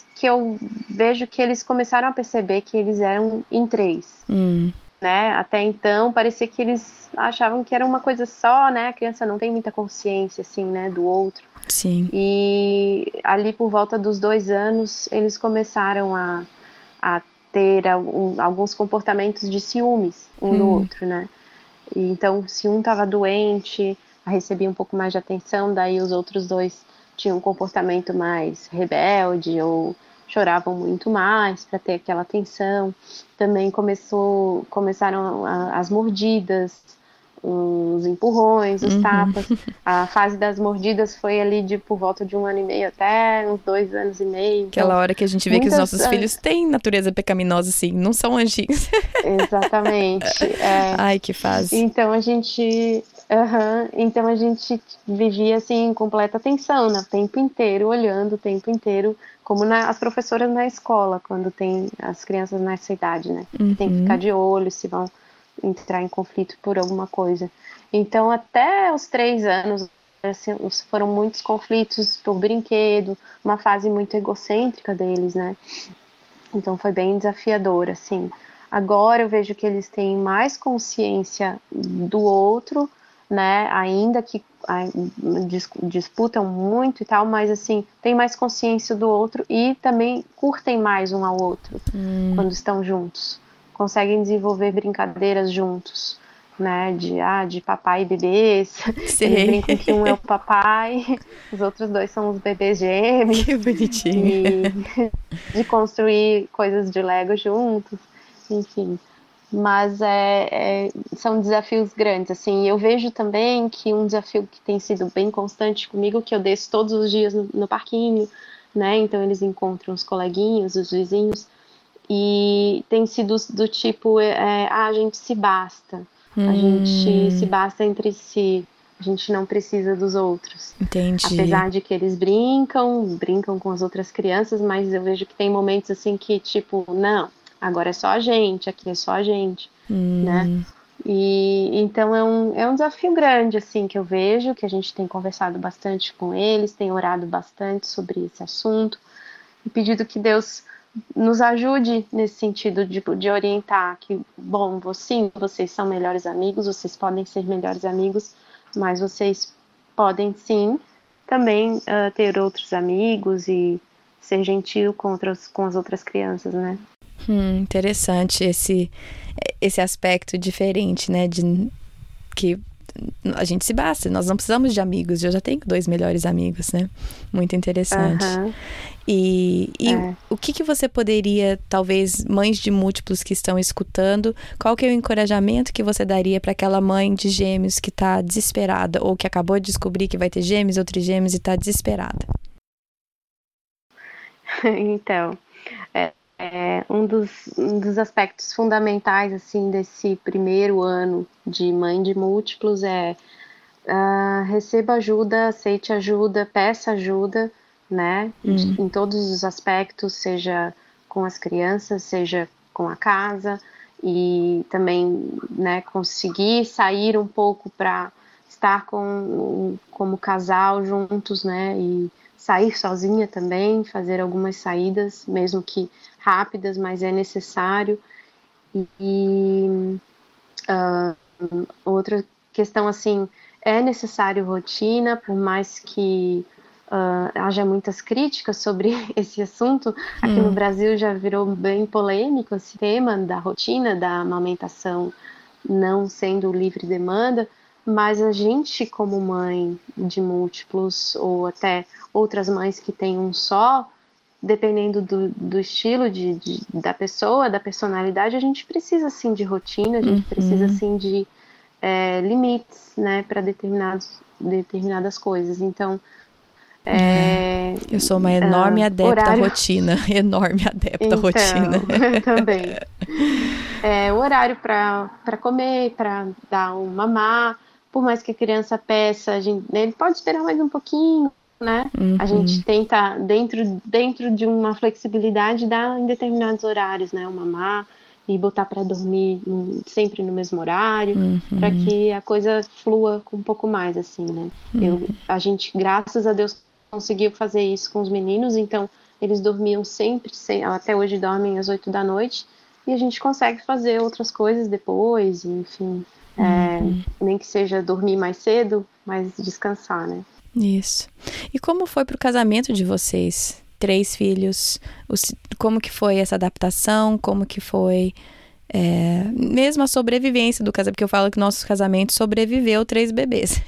vejo que eles começaram a perceber que eles eram em 3, né? Até então, parecia que eles achavam que era uma coisa só, né? A criança não tem muita consciência, assim, né, do outro. Sim. E ali por volta dos 2 anos, eles começaram a ter alguns comportamentos de ciúmes um do outro, né? E então, se um estava doente, recebia um pouco mais de atenção, daí os outros 2 tinham um comportamento mais rebelde ou choravam muito mais para ter aquela atenção. Também começaram as mordidas, os empurrões, os tapas. A fase das mordidas foi ali por volta de 1 ano e meio até uns 2 anos e meio. Aquela hora que a gente vê que os nossos filhos têm natureza pecaminosa, assim, não são anjinhos. Exatamente. Ai, que fase. Então a gente vivia assim em completa atenção, o tempo inteiro, olhando o tempo inteiro, como as professoras na escola, quando tem as crianças nessa idade, né? Tem que ficar de olho se vão entrar em conflito por alguma coisa. Então, até os 3 anos, assim, foram muitos conflitos por brinquedo, uma fase muito egocêntrica deles, né? Então, foi bem desafiador, assim. Agora eu vejo que eles têm mais consciência do outro, né? Ainda que disputam muito e tal, mas, assim, tem mais consciência do outro e também curtem mais um ao outro quando estão juntos. Conseguem desenvolver brincadeiras juntos, né, de papai e bebês. Sim. Eles brincam que um é o papai, os outros 2 são os bebês gêmeos. Que bonitinho. E de construir coisas de Lego juntos, enfim. Mas são desafios grandes, assim. Eu vejo também que um desafio que tem sido bem constante comigo, que eu desço todos os dias no parquinho, né, então eles encontram os coleguinhas, os vizinhos, e tem sido do tipo, a gente se basta, a gente se basta entre si, a gente não precisa dos outros. Entendi. Apesar de que eles brincam com as outras crianças, mas eu vejo que tem momentos assim que, tipo, não, agora é só a gente, aqui é só a gente, né? E então é um desafio grande, assim, que eu vejo, que a gente tem conversado bastante com eles, tem orado bastante sobre esse assunto, e pedido que Deus nos ajude nesse sentido de orientar que, bom, vocês são melhores amigos, vocês podem ser melhores amigos, mas vocês podem sim também ter outros amigos e ser gentil com as outras crianças, né? Interessante esse aspecto diferente, né, de que a gente se basta, nós não precisamos de amigos, eu já tenho 2 melhores amigos, né? Muito interessante. E o que você poderia, talvez, mães de múltiplos que estão escutando, qual que é o encorajamento que você daria para aquela mãe de gêmeos que está desesperada, ou que acabou de descobrir que vai ter gêmeos ou trigêmeos e está desesperada? Então, Um dos aspectos fundamentais, assim, desse primeiro ano de mãe de múltiplos é receba ajuda, aceite ajuda, peça ajuda, né? Em todos os aspectos, seja com as crianças, seja com a casa, e também, né, conseguir sair um pouco para estar como casal juntos, né? E sair sozinha também, fazer algumas saídas, mesmo que rápidas, mas é necessário. E outra questão, assim, é necessário rotina, por mais que haja muitas críticas sobre esse assunto. Aqui no Brasil já virou bem polêmico esse tema da rotina, da amamentação não sendo livre demanda, mas a gente, como mãe de múltiplos, ou até outras mães que têm um só, dependendo do estilo da pessoa, da personalidade, a gente precisa sim de rotina, a gente precisa sim de limites, né, para determinadas coisas. Então, eu sou uma enorme adepta à horário. rotina, enorme adepta à rotina. Também. O horário para comer, para dar um mamar, por mais que a criança peça, ele pode esperar mais um pouquinho, né? A gente tenta, dentro de uma flexibilidade, dar em determinados horários, né? O mamar e botar para dormir sempre no mesmo horário, para que a coisa flua com um pouco mais, assim, né? A gente, graças a Deus, conseguiu fazer isso com os meninos, então eles dormiam sempre, até hoje dormem às 8 da noite, e a gente consegue fazer outras coisas depois, enfim, nem que seja dormir mais cedo, mas descansar, né? Isso. E como foi pro casamento de vocês? 3 filhos, como que foi essa adaptação, como que foi mesmo a sobrevivência do casamento, porque eu falo que nosso casamento sobreviveu 3 bebês.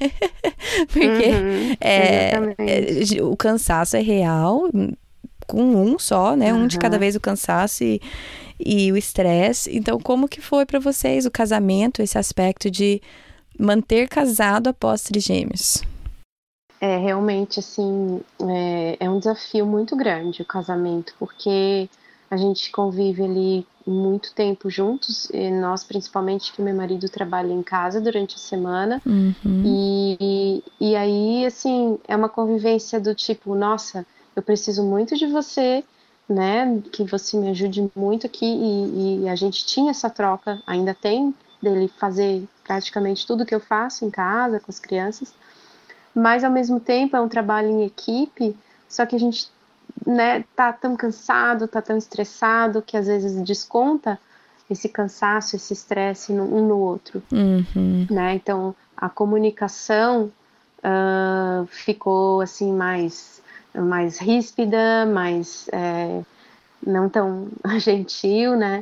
Porque o cansaço é real, com um só, né? Um de cada vez o cansaço e o estresse. Então, como que foi para vocês o casamento, esse aspecto de manter casado após trigêmeos? Realmente, assim, é um desafio muito grande o casamento, porque a gente convive ali muito tempo juntos, e nós, principalmente, que meu marido trabalha em casa durante a semana, e aí, assim, é uma convivência do tipo, nossa, eu preciso muito de você, né, que você me ajude muito aqui, e a gente tinha essa troca, ainda tem, dele fazer praticamente tudo que eu faço em casa, com as crianças, mas ao mesmo tempo é um trabalho em equipe, só que a gente, né, tá tão cansado, tá tão estressado, que às vezes desconta esse cansaço, esse estresse um no outro, né? Então a comunicação ficou assim mais ríspida, mais não tão gentil, né?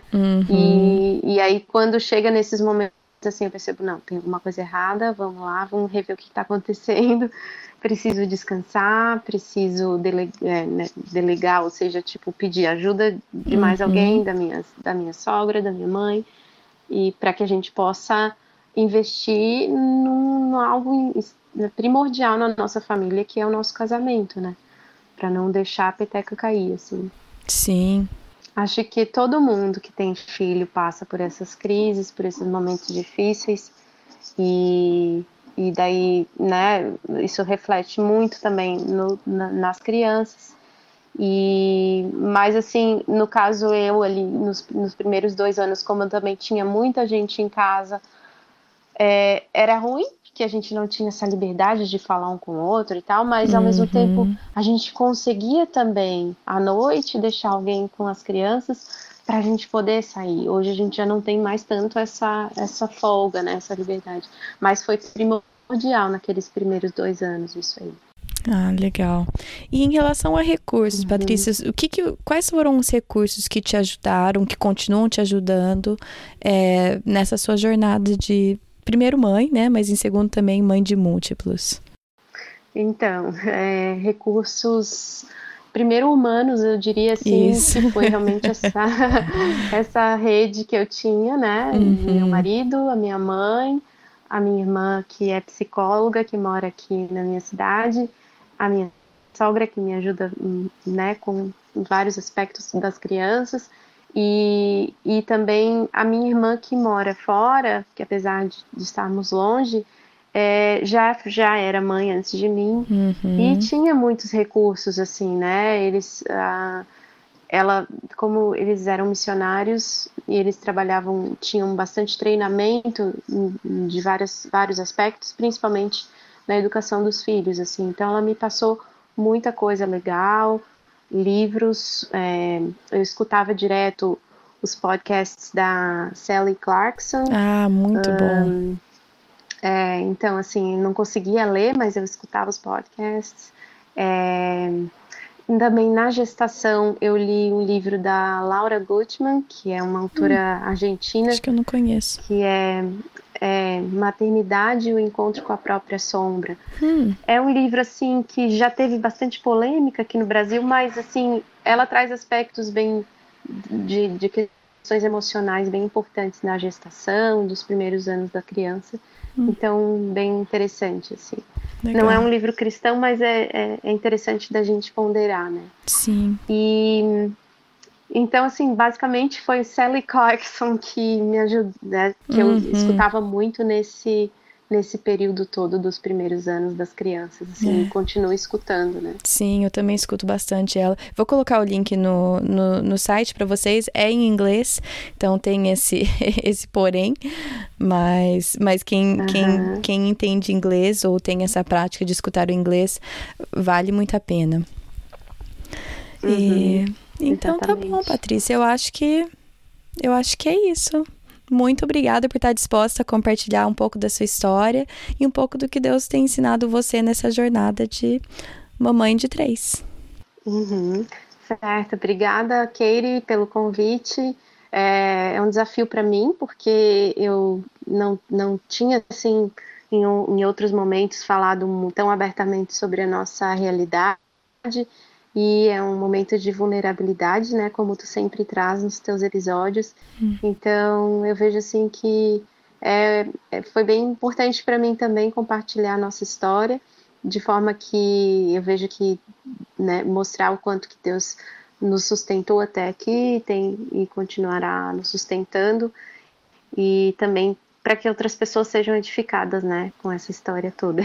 E aí quando chega nesses momentos assim, eu percebo, não, tem alguma coisa errada, vamos lá, vamos rever o que está acontecendo, preciso descansar, preciso delegar, ou seja, tipo, pedir ajuda de mais alguém, da minha sogra, da minha mãe, e para que a gente possa investir num algo primordial na nossa família, que é o nosso casamento, né? Para não deixar a peteca cair, assim. Sim. Acho que todo mundo que tem filho passa por essas crises, por esses momentos difíceis, e daí, né, isso reflete muito também nas crianças. Mas assim, no caso eu ali, nos primeiros 2 anos, como eu também tinha muita gente em casa, era ruim, que a gente não tinha essa liberdade de falar um com o outro e tal, mas ao mesmo tempo a gente conseguia também à noite deixar alguém com as crianças para a gente poder sair. Hoje a gente já não tem mais tanto essa folga, né, essa liberdade, mas foi primordial naqueles primeiros 2 anos isso aí. Ah, legal. E em relação a recursos, Patrícia, quais foram os recursos que te ajudaram, que continuam te ajudando nessa sua jornada de primeiro mãe, né? Mas em segundo também mãe de múltiplos? Então, recursos primeiro humanos, eu diria assim, Isso. que foi realmente essa rede que eu tinha, né? Meu marido, a minha mãe, a minha irmã que é psicóloga, que mora aqui na minha cidade, a minha sogra que me ajuda, né, com vários aspectos das crianças. E também a minha irmã que mora fora, que apesar de estarmos longe, já era mãe antes de mim, e tinha muitos recursos, assim, né? Como eles eram missionários e eles tinham bastante treinamento de vários aspectos, principalmente na educação dos filhos, assim. Então ela me passou muita coisa legal, livros, eu escutava direto os podcasts da Sally Clarkson. Muito bom. Então, assim, não conseguia ler, mas eu escutava os podcasts. Também na gestação eu li um livro da Laura Gutman, que é uma autora argentina. Acho que eu não conheço. Que é Maternidade e o Encontro com a Própria Sombra. É um livro, assim, que já teve bastante polêmica aqui no Brasil, mas, assim, ela traz aspectos de questões emocionais bem importantes na gestação, dos primeiros anos da criança. Então, bem interessante, assim. Legal. Não é um livro cristão, mas é interessante da gente ponderar, né? Sim. Então, assim, basicamente foi Sally Clarkson que me ajudou, né? Que eu escutava muito nesse período todo dos primeiros anos das crianças, assim, e continuo escutando, né? Sim, eu também escuto bastante ela. Vou colocar o link no site para vocês, é em inglês, então tem esse porém, mas quem entende inglês ou tem essa prática de escutar o inglês, vale muito a pena. Então exatamente. Tá bom, Patrícia, eu acho que é isso. Muito obrigada por estar disposta a compartilhar um pouco da sua história e um pouco do que Deus tem ensinado você nessa jornada de mamãe de 3. Certo, obrigada, Katie, pelo convite. É um desafio para mim, porque eu não tinha, assim, em outros momentos, falado tão abertamente sobre a nossa realidade. E é um momento de vulnerabilidade, né, como tu sempre traz nos teus episódios. Então, eu vejo assim que foi bem importante para mim também compartilhar a nossa história, de forma que eu vejo que, né, mostrar o quanto que Deus nos sustentou até aqui e continuará nos sustentando, e também para que outras pessoas sejam edificadas, né, com essa história toda.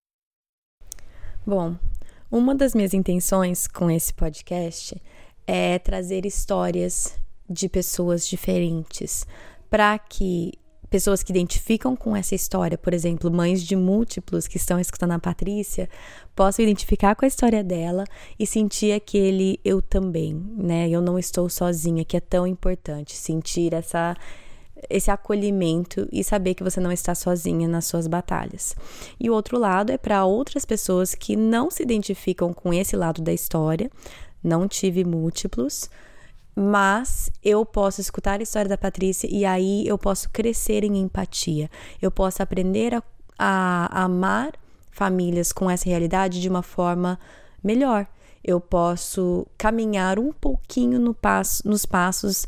Bom, uma das minhas intenções com esse podcast é trazer histórias de pessoas diferentes, para que pessoas que identificam com essa história, por exemplo, mães de múltiplos que estão escutando a Patrícia, possam identificar com a história dela e sentir aquele eu também, né? Eu não estou sozinha, que é tão importante, sentir esse acolhimento e saber que você não está sozinha nas suas batalhas. E o outro lado é para outras pessoas que não se identificam com esse lado da história, não tive múltiplos, mas eu posso escutar a história da Patrícia e aí eu posso crescer em empatia, eu posso aprender a amar famílias com essa realidade de uma forma melhor. Eu posso caminhar um pouquinho nos passos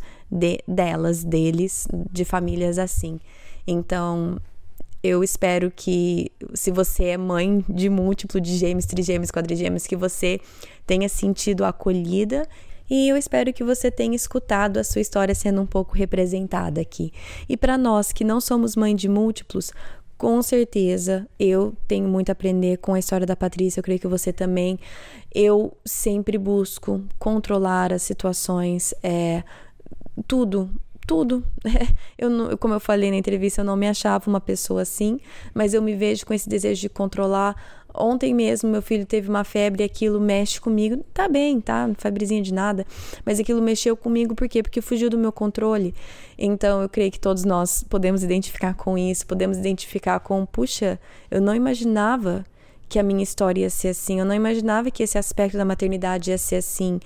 deles, de famílias assim. Então, eu espero que, se você é mãe de múltiplo, de gêmeos, trigêmeos, quadrigêmeos, que você tenha sentido acolhida, e eu espero que você tenha escutado a sua história sendo um pouco representada aqui. E para nós que não somos mãe de múltiplos, com certeza, eu tenho muito a aprender com a história da Patrícia, eu creio que você também. Eu sempre busco controlar as situações, tudo. Como eu falei na entrevista, eu não me achava uma pessoa assim, mas eu me vejo com esse desejo de controlar. Ontem mesmo meu filho teve uma febre e aquilo mexe comigo. Tá bem, tá? Febrezinha de nada. Mas aquilo mexeu comigo por quê? Porque fugiu do meu controle. Então eu creio que todos nós podemos identificar com isso, podemos identificar com, puxa, eu não imaginava que a minha história ia ser assim, eu não imaginava que esse aspecto da maternidade ia ser assim.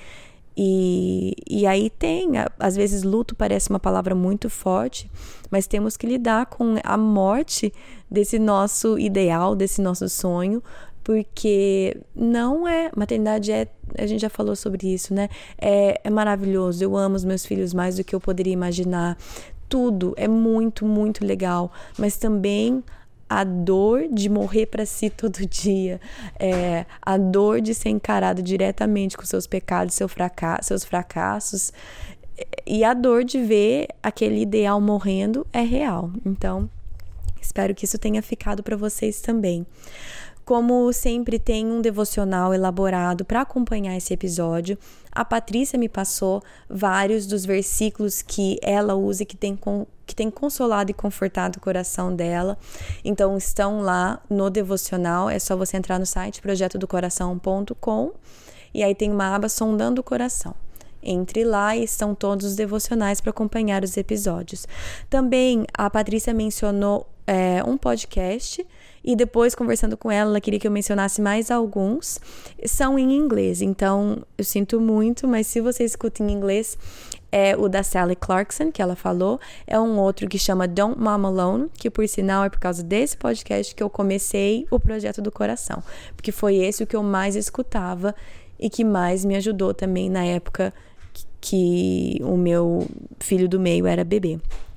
E aí às vezes luto parece uma palavra muito forte, mas temos que lidar com a morte desse nosso ideal, desse nosso sonho, porque maternidade a gente já falou sobre isso, né? É maravilhoso, eu amo os meus filhos mais do que eu poderia imaginar, tudo é muito, muito legal, mas também a dor de morrer para si todo dia, a dor de ser encarado diretamente com seus pecados, seus fracassos, e a dor de ver aquele ideal morrendo é real. Então, espero que isso tenha ficado para vocês também. Como sempre, tem um devocional elaborado para acompanhar esse episódio. A Patrícia me passou vários dos versículos que ela usa e que tem consolado e confortado o coração dela. Então, estão lá no devocional. É só você entrar no site projetodocoração.com e aí tem uma aba Sondando o Coração. Entre lá e estão todos os devocionais para acompanhar os episódios. Também a Patrícia mencionou um podcast e depois, conversando com ela queria que eu mencionasse mais alguns. São em inglês, então eu sinto muito, mas se você escuta em inglês, é o da Sally Clarkson, que ela falou. É um outro que chama Don't Mom Alone, que por sinal é por causa desse podcast que eu comecei o Projeto do Coração, porque foi esse o que eu mais escutava e que mais me ajudou também na época que o meu filho do meio era bebê.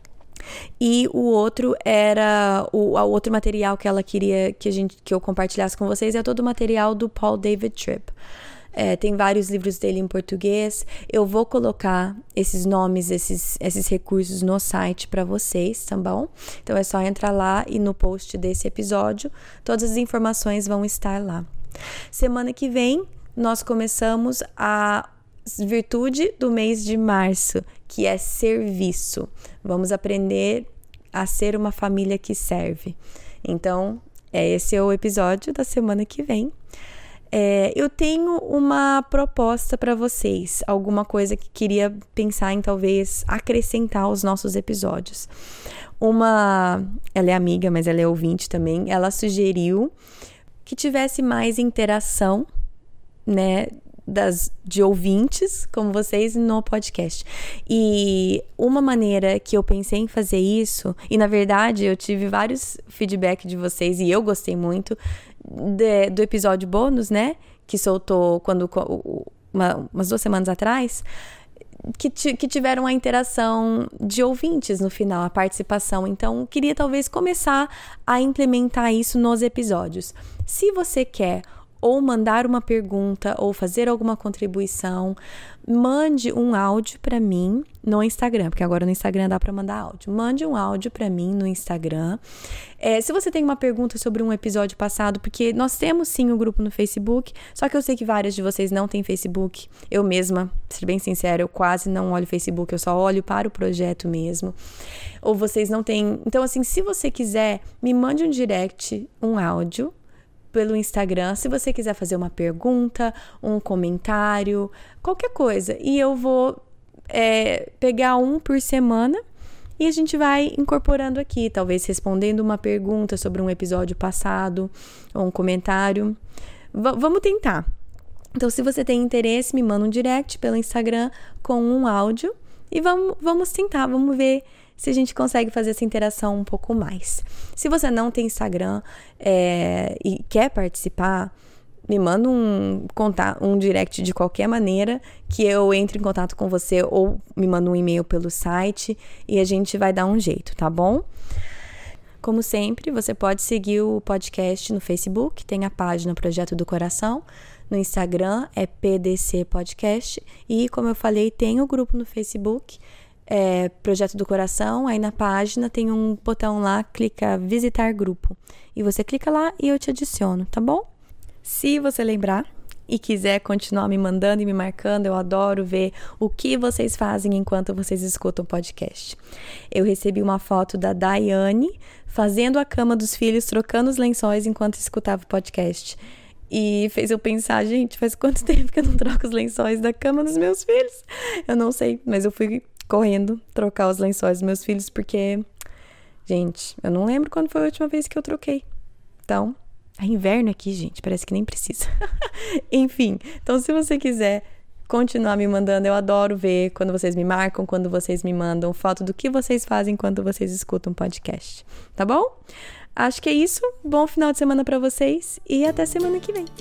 E o outro era o outro material que ela queria que eu compartilhasse com vocês, é todo o material do Paul David Tripp. Tem vários livros dele em português. Eu vou colocar esses nomes, esses recursos no site para vocês, tá bom? Então é só entrar lá e no post desse episódio todas as informações vão estar lá. Semana que vem nós começamos a virtude do mês de março, que é serviço. Vamos aprender a ser uma família que serve. Então, esse é o episódio da semana que vem. Eu tenho uma proposta para vocês, alguma coisa que queria pensar em talvez acrescentar aos nossos episódios. Ela é amiga, mas ela é ouvinte também, ela sugeriu que tivesse mais interação, né, de ouvintes como vocês no podcast. E uma maneira que eu pensei em fazer isso, e na verdade eu tive vários feedback de vocês e eu gostei muito do episódio bônus, né, que soltou umas 2 semanas atrás, que tiveram a interação de ouvintes no final, a participação. Então, queria talvez começar a implementar isso nos episódios. Se você quer ou mandar uma pergunta, ou fazer alguma contribuição, mande um áudio para mim no Instagram, porque agora no Instagram dá para mandar áudio. Mande um áudio para mim no Instagram. Se você tem uma pergunta sobre um episódio passado, porque nós temos sim o grupo no Facebook, só que eu sei que várias de vocês não têm Facebook. Eu mesma, pra ser bem sincera, eu quase não olho Facebook, eu só olho para o projeto mesmo. Ou vocês não têm. Então, assim, se você quiser, me mande um direct, um áudio, pelo Instagram, se você quiser fazer uma pergunta, um comentário, qualquer coisa. E eu vou pegar um por semana e a gente vai incorporando aqui, talvez respondendo uma pergunta sobre um episódio passado, ou um comentário. Vamos tentar. Então, se você tem interesse, me manda um direct pelo Instagram com um áudio e vamos tentar, vamos ver se a gente consegue fazer essa interação um pouco mais. Se você não tem Instagram e quer participar, me manda um direct de qualquer maneira que eu entre em contato com você, ou me manda um e-mail pelo site e a gente vai dar um jeito, tá bom? Como sempre, você pode seguir o podcast no Facebook, tem a página Projeto do Coração, no Instagram é PDC Podcast e, como eu falei, tem o grupo no Facebook, Projeto do Coração. Aí na página tem um botão lá, clica visitar grupo e você clica lá e eu te adiciono, tá bom? Se você lembrar e quiser continuar me mandando e me marcando, eu adoro ver o que vocês fazem enquanto vocês escutam o podcast. Eu recebi uma foto da Daiane fazendo a cama dos filhos, trocando os lençóis enquanto escutava o podcast. E fez eu pensar, gente, faz quanto tempo que eu não troco os lençóis da cama dos meus filhos? Eu não sei, mas eu fui correndo trocar os lençóis dos meus filhos porque, gente, eu não lembro quando foi a última vez que eu troquei. Então, é inverno aqui, gente, parece que nem precisa. Enfim, então se você quiser continuar me mandando, eu adoro ver quando vocês me marcam, quando vocês me mandam foto do que vocês fazem quando vocês escutam um podcast, tá bom? Acho que é isso. Bom final de semana para vocês e até semana que vem.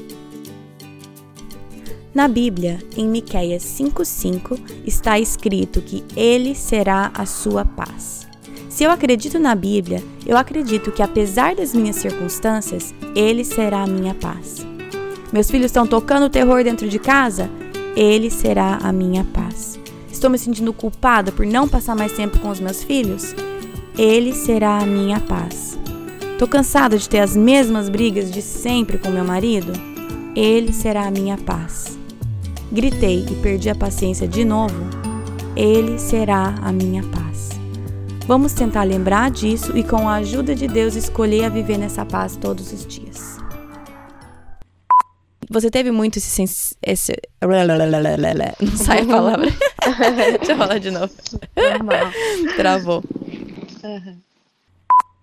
Na Bíblia, em Miqueias 5:5, está escrito que Ele será a sua paz. Se eu acredito na Bíblia, eu acredito que apesar das minhas circunstâncias, Ele será a minha paz. Meus filhos estão tocando terror dentro de casa? Ele será a minha paz. Estou me sentindo culpada por não passar mais tempo com os meus filhos? Ele será a minha paz. Estou cansada de ter as mesmas brigas de sempre com meu marido? Ele será a minha paz. Gritei e perdi a paciência de novo? Ele será a minha paz. Vamos tentar lembrar disso e, com a ajuda de Deus, escolher a viver nessa paz todos os dias. Você teve muito esse... Não sai a palavra. Deixa eu falar de novo. Normal. Travou. Uhum.